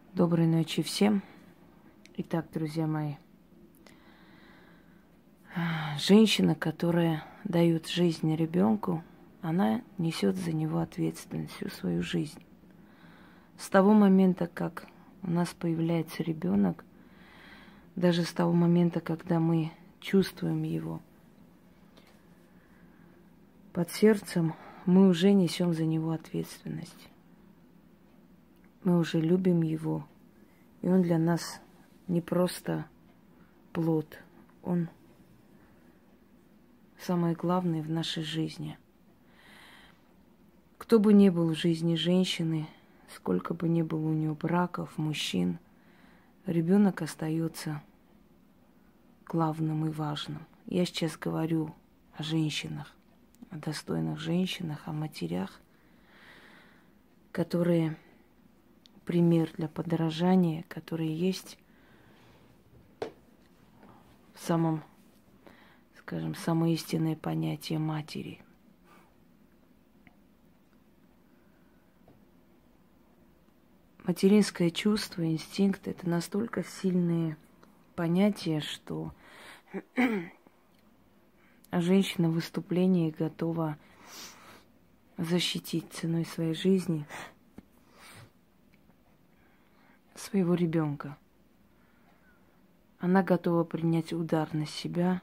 Доброй ночи всем. Итак, друзья мои, женщина, которая дает жизнь ребенку, она несет за него ответственность всю свою жизнь. С того момента, как у нас появляется ребенок, даже с того момента, когда мы чувствуем его под сердцем, мы уже несем за него ответственность. Мы уже любим его, и он для нас не просто плод, он самое главное в нашей жизни. Кто бы ни был в жизни женщины, сколько бы ни было у нее браков, мужчин, ребенок остается главным и важным. Я сейчас говорю о женщинах, о достойных женщинах, о матерях, которые пример для подражания, которые есть в самом, скажем, самое истинное понятие матери. Материнское чувство, инстинкт – это настолько сильные понятия, что женщина в выступлении готова защитить ценой своей жизни своего ребенка. Она готова принять удар на себя,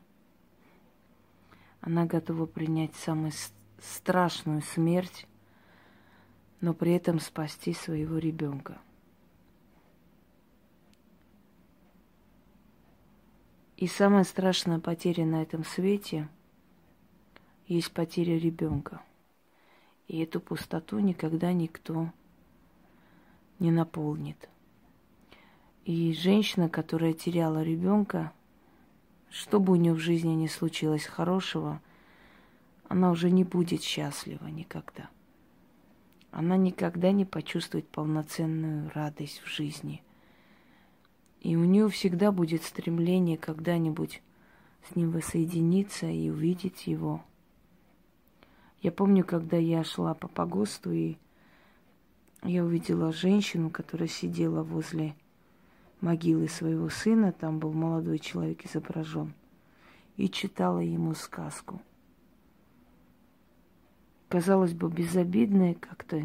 она готова принять самую страшную смерть, но при этом спасти своего ребенка. И самая страшная потеря на этом свете есть потеря ребенка. И эту пустоту никогда никто не наполнит. И женщина, которая теряла ребенка, что бы у нее в жизни ни случилось хорошего, она уже не будет счастлива никогда. Она никогда не почувствует полноценную радость в жизни. И у нее всегда будет стремление когда-нибудь с ним воссоединиться и увидеть его. Я помню, когда я шла по погосту, и я увидела женщину, которая сидела возле могилы своего сына, там был молодой человек изображен, и читала ему сказку. Казалось бы, безобидное, как-то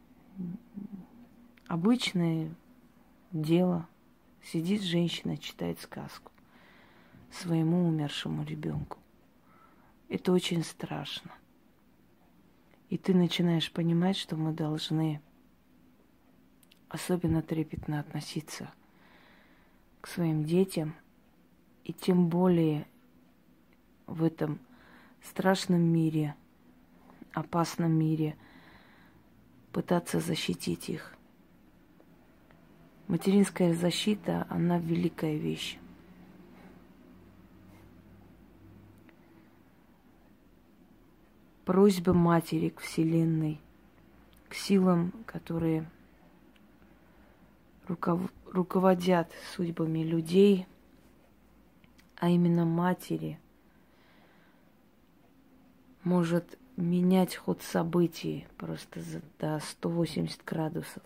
обычное дело. Сидит женщина, читает сказку своему умершему ребенку. Это очень страшно. И ты начинаешь понимать, что мы должны особенно трепетно относиться к своим детям, и тем более в этом страшном мире, опасном мире пытаться защитить их. Материнская защита, она великая вещь. Просьба матери к Вселенной, к силам, которые руководят судьбами людей, а именно матери, может менять ход событий просто до 180 градусов.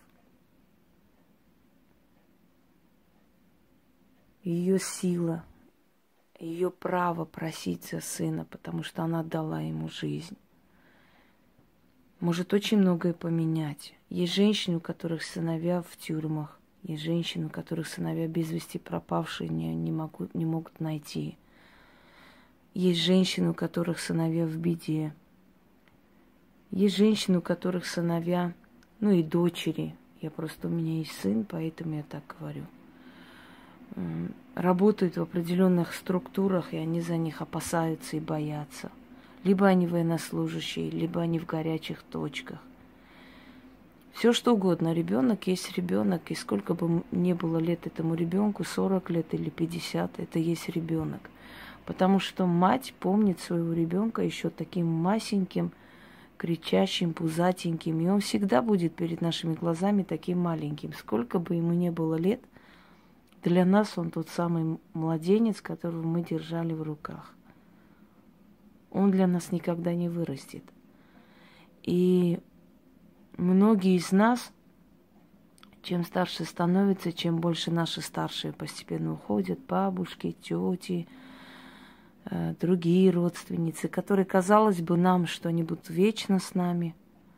Ее сила, ее право просить за сына, потому что она дала ему жизнь, может очень многое поменять. Есть женщины, у которых сыновья в тюрьмах, есть женщины, у которых сыновья без вести пропавшие не могут найти. Есть женщины, у которых сыновья в беде. Есть женщины, у которых сыновья, и дочери. У меня есть сын, поэтому я так говорю. Работают в определенных структурах, и они за них опасаются и боятся. Либо они военнослужащие, либо они в горячих точках. Все что угодно. Ребенок есть ребенок, и сколько бы ни было лет этому ребенку, 40 лет или 50, это есть ребенок. Потому что мать помнит своего ребенка еще таким масеньким, кричащим, пузатеньким, и он всегда будет перед нашими глазами таким маленьким. Сколько бы ему ни было лет, для нас он тот самый младенец, которого мы держали в руках. Он для нас никогда не вырастет. И многие из нас Чем старше становится, чем больше наши старшие постепенно уходят, бабушки, тети, другие родственницы, которые, казалось бы, нам, что они будут вечно с нами,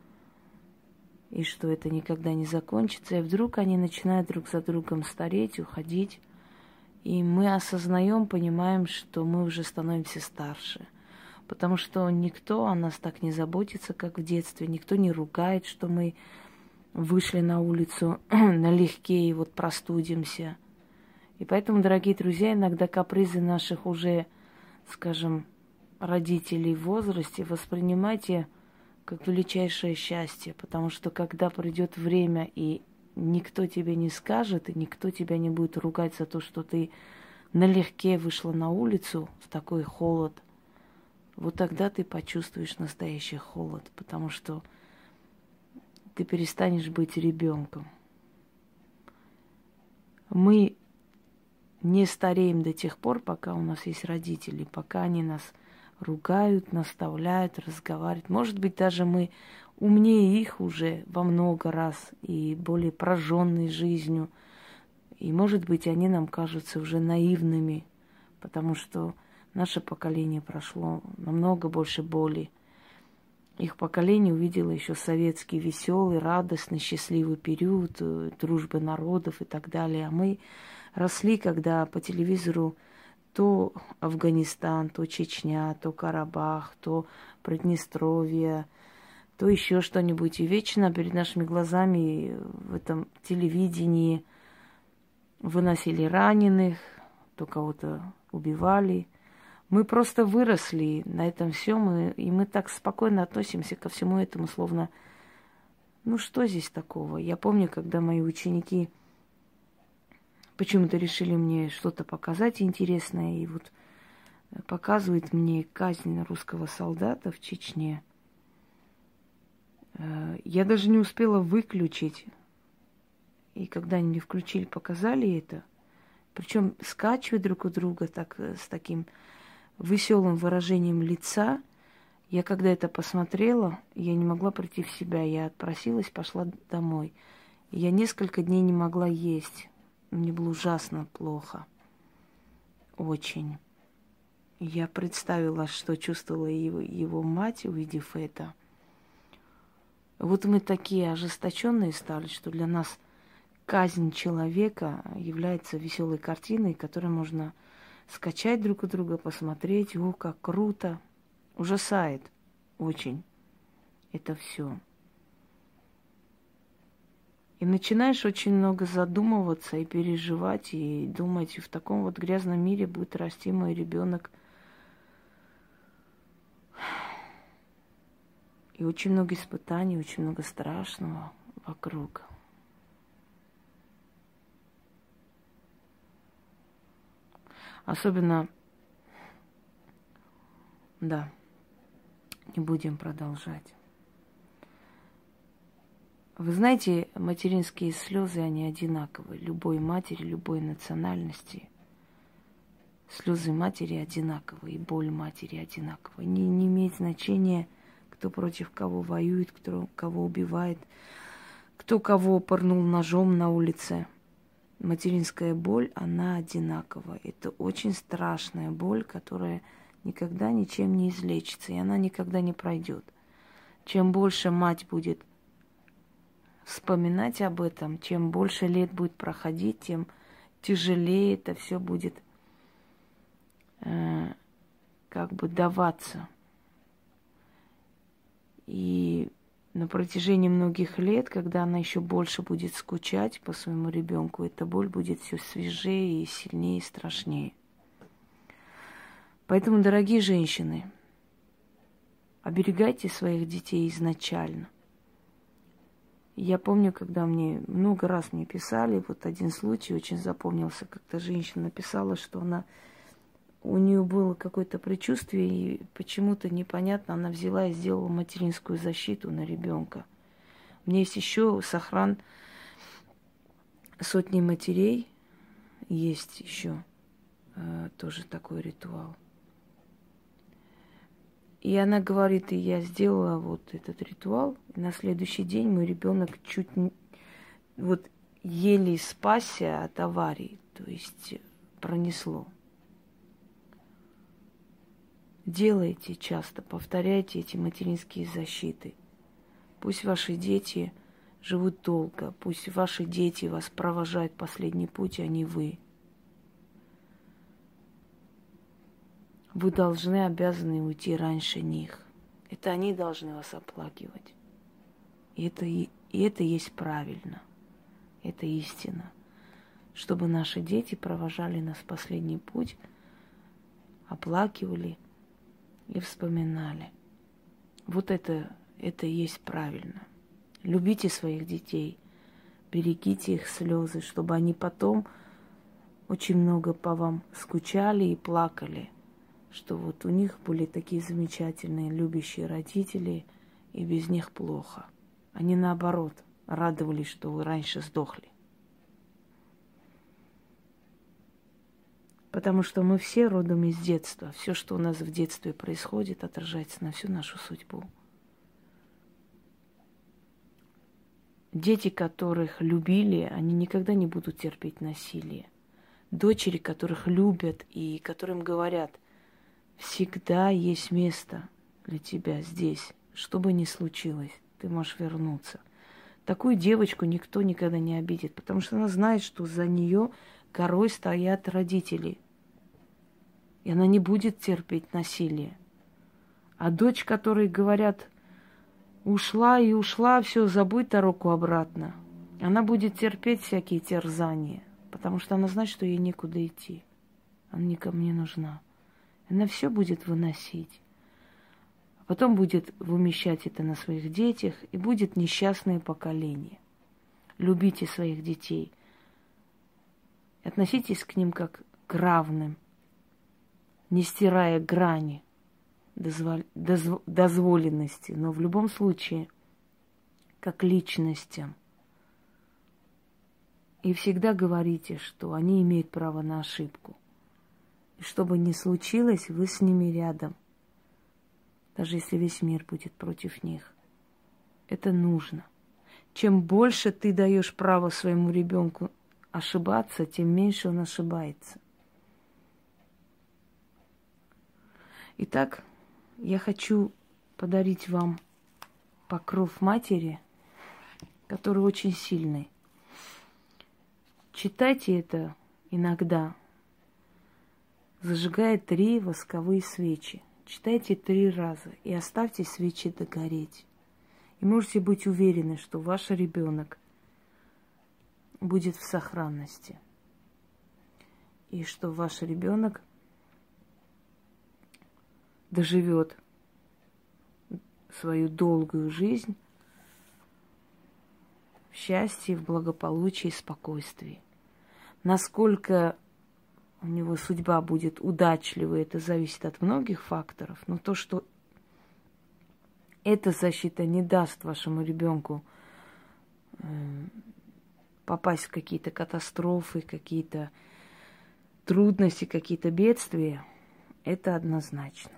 и что это никогда не закончится. И вдруг они начинают друг за другом стареть, уходить. И мы осознаем, понимаем, что мы уже становимся старше. Потому что никто о нас так не заботится, как в детстве. Никто не ругает, что мы вышли на улицу налегке и вот простудимся. И поэтому, дорогие друзья, иногда капризы наших уже, скажем, родителей в возрасте воспринимайте как величайшее счастье, потому что когда придет время, и никто тебе не скажет, и никто тебя не будет ругать за то, что ты налегке вышла на улицу в такой холод, вот тогда ты почувствуешь настоящий холод, потому что ты перестанешь быть ребенком. Мы не стареем до тех пор, пока у нас есть родители, пока они нас ругают, наставляют, разговаривают. Может быть, даже мы умнее их уже во много раз и более прожженные жизнью. И, может быть, они нам кажутся уже наивными, потому что наше поколение прошло намного больше боли. Их поколение увидело еще советский веселый, радостный, счастливый период дружбы народов и так далее. А мы росли, когда по телевизору то Афганистан, то Чечня, то Карабах, то Приднестровье, то еще что-нибудь. И вечно перед нашими глазами в этом телевидении выносили раненых, то кого-то убивали. Мы просто выросли на этом всем, и мы так спокойно относимся ко всему этому, словно, ну что здесь такого? Я помню, когда мои ученики почему-то решили мне что-то показать интересное, и вот показывают мне казнь русского солдата в Чечне. Я даже не успела выключить. И когда они мне включили, показали это, причем скачивают друг у друга так, с таким веселым выражением лица. Я когда это посмотрела, я не могла прийти в себя. Я отпросилась, пошла домой. И я несколько дней не могла есть. Мне было ужасно плохо. Очень. Я представила, что чувствовала его мать, увидев это. Вот мы такие ожесточенные стали, что для нас казнь человека является веселой картиной, которую можно скачать друг у друга, посмотреть. О, как круто. Ужасает очень это все. И начинаешь очень много задумываться и переживать, и думать, в таком вот грязном мире будет расти мой ребенок. И очень много испытаний, очень много страшного вокруг. Особенно, да, не будем продолжать. Вы знаете, материнские слезы, они одинаковые. Любой матери, любой национальности. Слезы матери одинаковые, и боль матери одинаковая. Не имеет значения, кто против кого воюет, кто кого убивает, кто кого пырнул ножом на улице. Материнская боль, она одинаковая. Это очень страшная боль, которая никогда ничем не излечится, и она никогда не пройдет. Чем больше мать будет вспоминать об этом, чем больше лет будет проходить, тем тяжелее это все будет как бы даваться. И на протяжении многих лет, когда она еще больше будет скучать по своему ребенку, эта боль будет все свежее и сильнее, и страшнее. Поэтому, дорогие женщины, оберегайте своих детей изначально. Я помню, когда мне много раз мне писали, вот один случай очень запомнился, как-то женщина написала, что у нее было какое-то предчувствие, и почему-то непонятно, она взяла и сделала материнскую защиту на ребенка. У меня есть еще сохран сотни матерей, есть еще тоже такой ритуал. И она говорит, и я сделала вот этот ритуал, и на следующий день мой ребенок чуть не, вот еле спасся от аварии, то есть пронесло. Делайте часто, повторяйте эти материнские защиты. Пусть ваши дети живут долго, пусть ваши дети вас провожают в последний путь, а не вы. Вы должны, обязаны уйти раньше них. Это они должны вас оплакивать. И это есть правильно. Это истина. Чтобы наши дети провожали нас в последний путь, оплакивали и вспоминали. Вот это и есть правильно. Любите своих детей, берегите их слезы, чтобы они потом очень много по вам скучали и плакали, что вот у них были такие замечательные, любящие родители, и без них плохо. Они наоборот радовались, что вы раньше сдохли. Потому что мы все родом из детства. Все, что у нас в детстве происходит, отражается на всю нашу судьбу. Дети, которых любили, они никогда не будут терпеть насилие. Дочери, которых любят и которым говорят, всегда есть место для тебя здесь. Что бы ни случилось, ты можешь вернуться. Такую девочку никто никогда не обидит, потому что она знает, что за нее горой стоят родители. И она не будет терпеть насилие. А дочь, которой говорят, ушла и ушла, все, забудь дорогу обратно. Она будет терпеть всякие терзания, потому что она знает, что ей некуда идти. Она никому не нужна. Она все будет выносить. А потом будет вымещать это на своих детях, и будет несчастное поколение. Любите своих детей. Относитесь к ним как к равным, не стирая грани дозволенности, но в любом случае как личностям. И всегда говорите, что они имеют право на ошибку. И что бы ни случилось, вы с ними рядом, даже если весь мир будет против них. Это нужно. Чем больше ты даешь право своему ребенку ошибаться, тем меньше он ошибается. Итак, я хочу подарить вам покров матери, который очень сильный. Читайте это иногда, зажигая 3 восковые свечи. Читайте 3 раза и оставьте свечи догореть. И можете быть уверены, что ваш ребенок будет в сохранности. И что ваш ребенок доживет свою долгую жизнь в счастье, в благополучии и спокойствии. Насколько у него судьба будет удачливой, это зависит от многих факторов. Но то, что эта защита не даст вашему ребенку попасть в какие-то катастрофы, какие-то трудности, какие-то бедствия, это однозначно.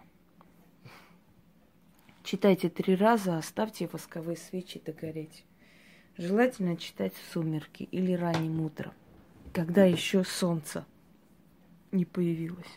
Читайте 3 раза, оставьте восковые свечи догореть. Желательно читать в сумерки или ранним утром, когда еще солнце не появилось.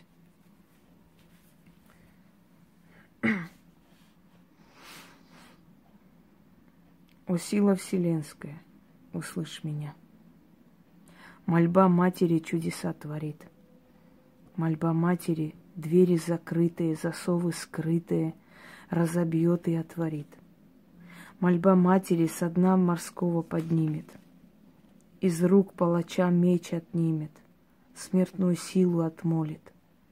О сила вселенская, услышь меня. Мольба матери чудеса творит. Мольба матери двери закрытые, засовы скрытые разобьет и отворит. Мольба матери со дна морского поднимет, из рук палача меч отнимет, смертную силу отмолит,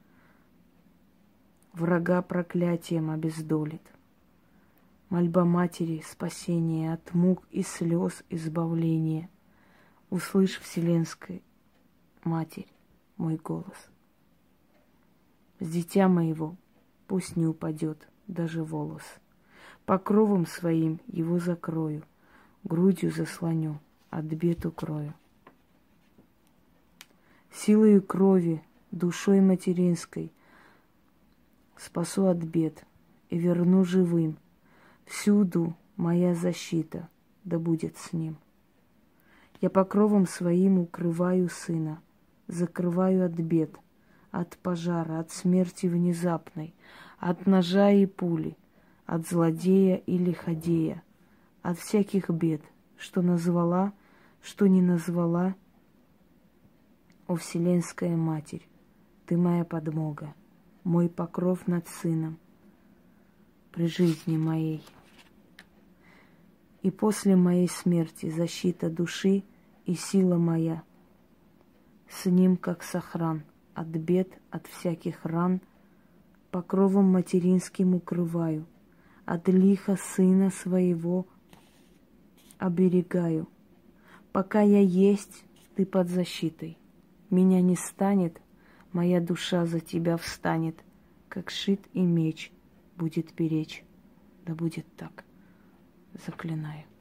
врага проклятием обездолит. Мольба матери спасение от мук и слез избавление. Услышь, вселенская Матерь, мой голос. С дитя моего пусть не упадет даже волос. Покровом своим его закрою, грудью заслоню, от бед укрою. Силою крови, душой материнской спасу от бед и верну живым. Всюду моя защита, да будет с ним. Я покровом своим укрываю сына, закрываю от бед, от пожара, от смерти внезапной, от ножа и пули, от злодея и лиходея, от всяких бед, что назвала, что не назвала, о Вселенская Матерь, ты моя подмога, мой покров над сыном при жизни моей. И после моей смерти защита души и сила моя, с ним как сохран, от бед, от всяких ран, покровом материнским укрываю, от лиха сына своего оберегаю. Пока я есть, ты под защитой. Меня не станет, моя душа за тебя встанет, как щит и меч будет беречь. Да будет так. Заклинаю.